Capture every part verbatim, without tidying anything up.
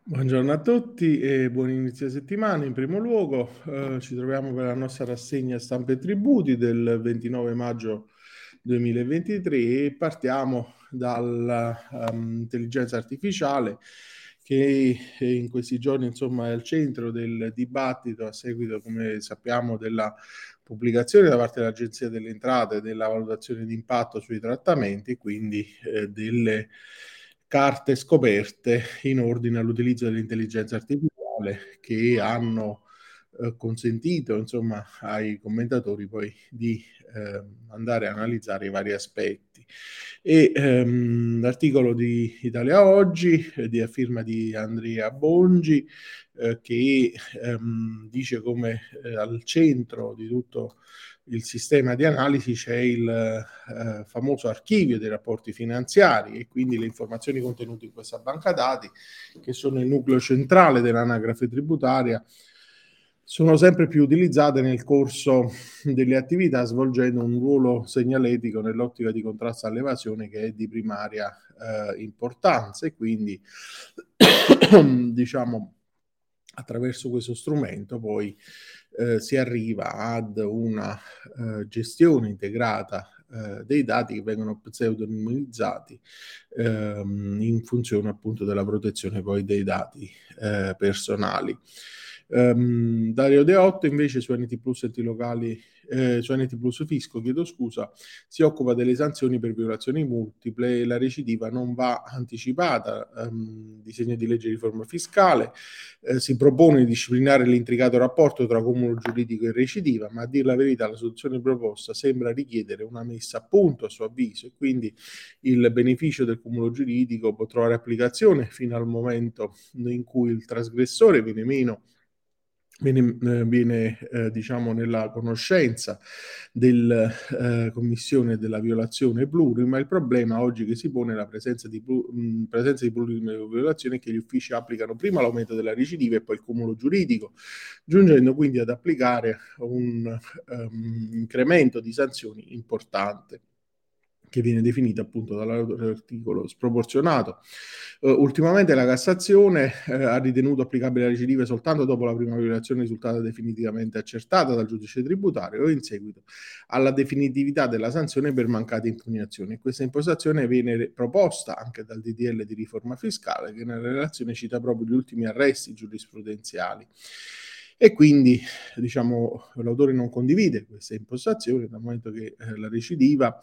Buongiorno a tutti e buon inizio settimana. In primo luogo, eh, ci troviamo per la nostra rassegna stampa e tributi del ventinove maggio duemilaventitré e partiamo dall'intelligenza artificiale che in questi giorni insomma è al centro del dibattito a seguito, come sappiamo, della pubblicazione da parte dell'Agenzia delle Entrate della valutazione di impatto sui trattamenti, quindi eh, delle carte scoperte in ordine all'utilizzo dell'intelligenza artificiale che hanno eh, consentito insomma ai commentatori poi di eh, andare a analizzare i vari aspetti. E ehm, l'articolo di Italia Oggi eh, di a firma di Andrea Bongi eh, che ehm, dice come eh, al centro di tutto il sistema di analisi c'è il eh, famoso archivio dei rapporti finanziari e quindi le informazioni contenute in questa banca dati, che sono il nucleo centrale dell'anagrafe tributaria, sono sempre più utilizzate nel corso delle attività, svolgendo un ruolo segnaletico nell'ottica di contrasto all'evasione che è di primaria eh, importanza, e quindi diciamo attraverso questo strumento poi eh, si arriva ad una eh, gestione integrata eh, dei dati che vengono pseudonimizzati ehm, in funzione appunto della protezione poi dei dati eh, personali. Um, Dario Deotto invece su N T Plus enti locali, eh, su N T Plus Fisco, chiedo scusa, si occupa delle sanzioni per violazioni multiple e la recidiva non va anticipata. Um, disegno di legge di riforma fiscale eh, si propone di disciplinare l'intricato rapporto tra cumulo giuridico e recidiva, ma a dir la verità la soluzione proposta sembra richiedere una messa a punto a suo avviso, e quindi il beneficio del cumulo giuridico può trovare applicazione fino al momento in cui il trasgressore viene meno viene, eh, viene eh, diciamo nella conoscenza della eh, commissione della violazione plurima. Il problema oggi che si pone è la presenza di, mh, presenza di plurime violazioni, che gli uffici applicano prima l'aumento della recidiva e poi il cumulo giuridico, giungendo quindi ad applicare un um, incremento di sanzioni importante, che viene definita appunto dall'articolo sproporzionato. Uh, ultimamente la Cassazione uh, ha ritenuto applicabile la recidiva soltanto dopo la prima violazione risultata definitivamente accertata dal giudice tributario o in seguito alla definitività della sanzione per mancate impugnazioni. Questa impostazione viene proposta anche dal D D L di riforma fiscale, che nella relazione cita proprio gli ultimi arresti giurisprudenziali. E quindi diciamo l'autore non condivide questa impostazione, dal momento che eh, la recidiva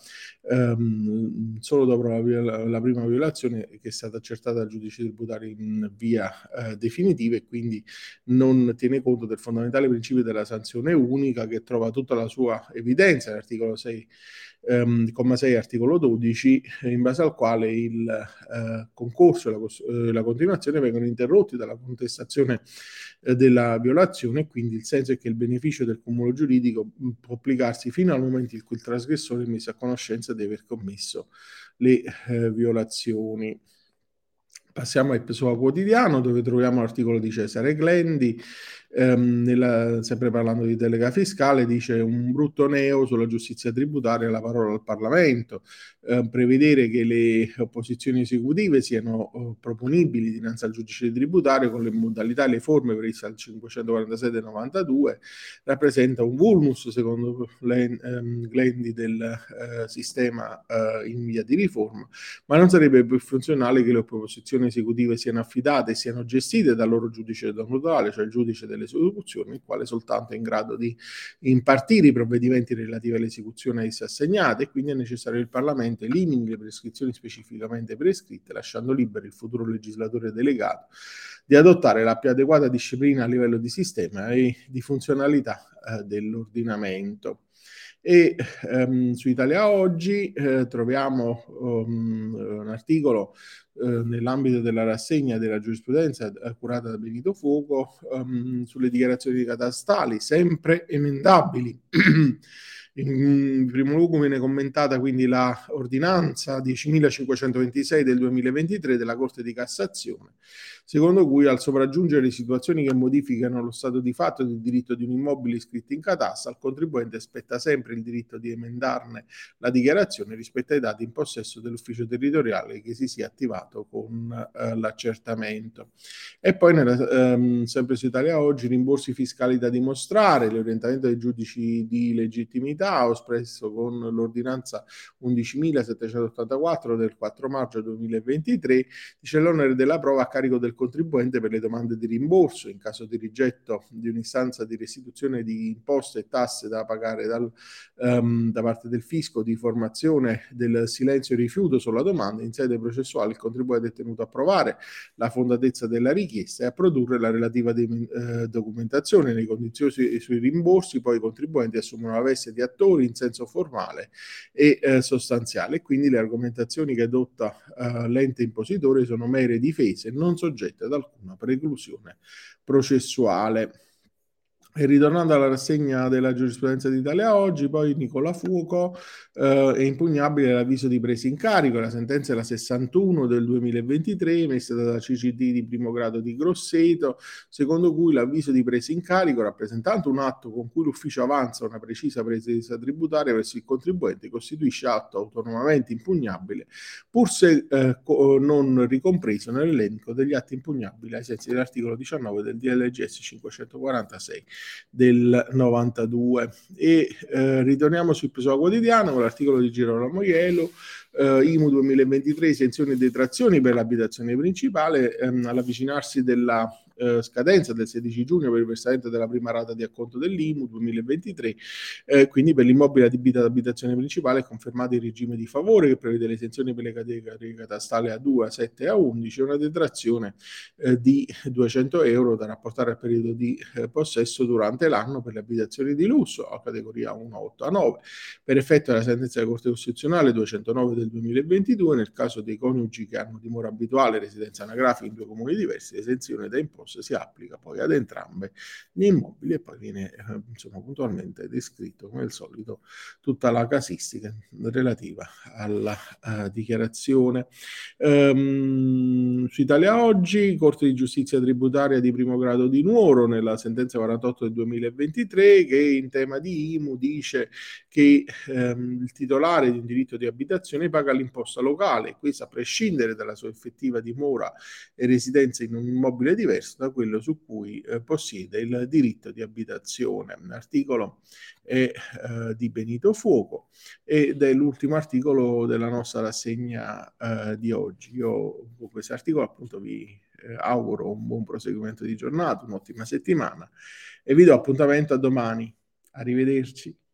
ehm, solo dopo la, la prima violazione, che è stata accertata dal giudice tributario in via eh, definitiva, e quindi non tiene conto del fondamentale principio della sanzione unica, che trova tutta la sua evidenza nell'articolo sei ehm, comma sei articolo dodici, in base al quale il eh, concorso e la, eh, la continuazione vengono interrotti dalla contestazione eh, della violazione, e quindi il senso è che il beneficio del cumulo giuridico può applicarsi fino al momento in cui il trasgressore è messo a conoscenza di aver commesso le eh, violazioni. Passiamo al Pessoa Quotidiano, dove troviamo l'articolo di Cesare Glendi, ehm, nella, sempre parlando di delega fiscale, dice un brutto neo sulla giustizia tributaria, la parola al Parlamento, eh, prevedere che le opposizioni esecutive siano eh, proponibili dinanzi al giudice tributario con le modalità e le forme previste al cinquecentoquarantasette novantadue rappresenta un vulnus, secondo ehm, Glendi, del eh, sistema eh, in via di riforma, ma non sarebbe più funzionale che le opposizioni esecutive siano affidate e siano gestite dal loro giudice notariale, cioè il giudice delle esecuzioni, il quale soltanto è in grado di impartire i provvedimenti relativi all'esecuzione a esse assegnate, e quindi è necessario che il Parlamento elimini le prescrizioni specificamente prescritte, lasciando libero il futuro legislatore delegato di adottare la più adeguata disciplina a livello di sistema e di funzionalità eh, dell'ordinamento. E ehm, su Italia Oggi eh, troviamo um, un articolo eh, nell'ambito della rassegna della giurisprudenza eh, curata da Benito Fuoco um, sulle dichiarazioni catastali, sempre emendabili. In primo luogo viene commentata quindi la ordinanza diecimilacinquecentoventisei del duemilaventitré della Corte di Cassazione, secondo cui al sopraggiungere situazioni che modificano lo stato di fatto del diritto di un immobile iscritto in catasto, al contribuente spetta sempre il diritto di emendarne la dichiarazione rispetto ai dati in possesso dell'ufficio territoriale che si sia attivato dato con eh, l'accertamento. E poi nella, ehm, sempre su Italia Oggi, rimborsi fiscali da dimostrare, l'orientamento dei giudici di legittimità, ho espresso con l'ordinanza undicimilasettecentottantaquattro del quattro maggio duemilaventitré, dice l'onere della prova a carico del contribuente per le domande di rimborso in caso di rigetto di un'istanza di restituzione di imposte e tasse da pagare dal, um, da parte del fisco, di formazione del silenzio e rifiuto sulla domanda. In sede processuale il contribuente è tenuto a provare la fondatezza della richiesta e a produrre la relativa de- eh, documentazione. Nei condiziosi sui rimborsi poi i contribuenti assumono la veste di attori in senso formale e eh, sostanziale, quindi le argomentazioni che adotta eh, l'ente impositore sono mere difese, non soggette ad alcuna preclusione processuale. E ritornando alla rassegna della giurisprudenza d'Italia Oggi, poi Nicola Fuoco, eh, è impugnabile l'avviso di presa in carico, la sentenza è la sessantuno del duemilaventitré, emessa dalla C C D di primo grado di Grosseto, secondo cui l'avviso di presa in carico, rappresentando un atto con cui l'ufficio avanza una precisa pretesa tributaria verso il contribuente, costituisce atto autonomamente impugnabile, pur se eh, co- non ricompreso nell'elenco degli atti impugnabili ai sensi dell'articolo diciannove del D L G S cinquecentoquarantasei del novantadue. E eh, ritorniamo sul Pessoa Quotidiano con l'articolo di Girolamo Ielo, eh, I M U duemilaventitré, esenzioni e detrazioni per l'abitazione principale, ehm, all'avvicinarsi della eh, scadenza del sedici giugno per il versamento della prima rata di acconto dell'I M U duemilaventitré, eh, quindi per l'immobile adibito ad abitazione principale è confermato il regime di favore che prevede le esenzioni per le categorie catastali A due, A sette e A undici e una detrazione eh, di duecento euro da rapportare al periodo di eh, possesso durante l'anno per le abitazioni di lusso a categoria uno, otto, A nove. Per effetto della sentenza della Corte Costituzionale duecentonove del duemilaventidue, nel caso dei coniugi che hanno dimora abituale e residenza anagrafica in due comuni diversi, l'esenzione da imposta si applica poi ad entrambe gli immobili e poi viene eh, insomma puntualmente descritto come al solito tutta la casistica relativa alla uh, dichiarazione. Um, su Italia Oggi, Corte di Giustizia Tributaria di primo grado di Nuoro, nella sentenza quarantotto del duemilaventitré, che in tema di I M U dice che ehm, il titolare di un diritto di abitazione paga l'imposta locale, questo a prescindere dalla sua effettiva dimora e residenza in un immobile diverso da quello su cui eh, possiede il diritto di abitazione. L'articolo è eh, di Benito Fuoco ed è l'ultimo articolo della nostra rassegna eh, di oggi. Io con questo articolo appunto vi eh, auguro un buon proseguimento di giornata, un'ottima settimana e vi do appuntamento a domani. Arrivederci.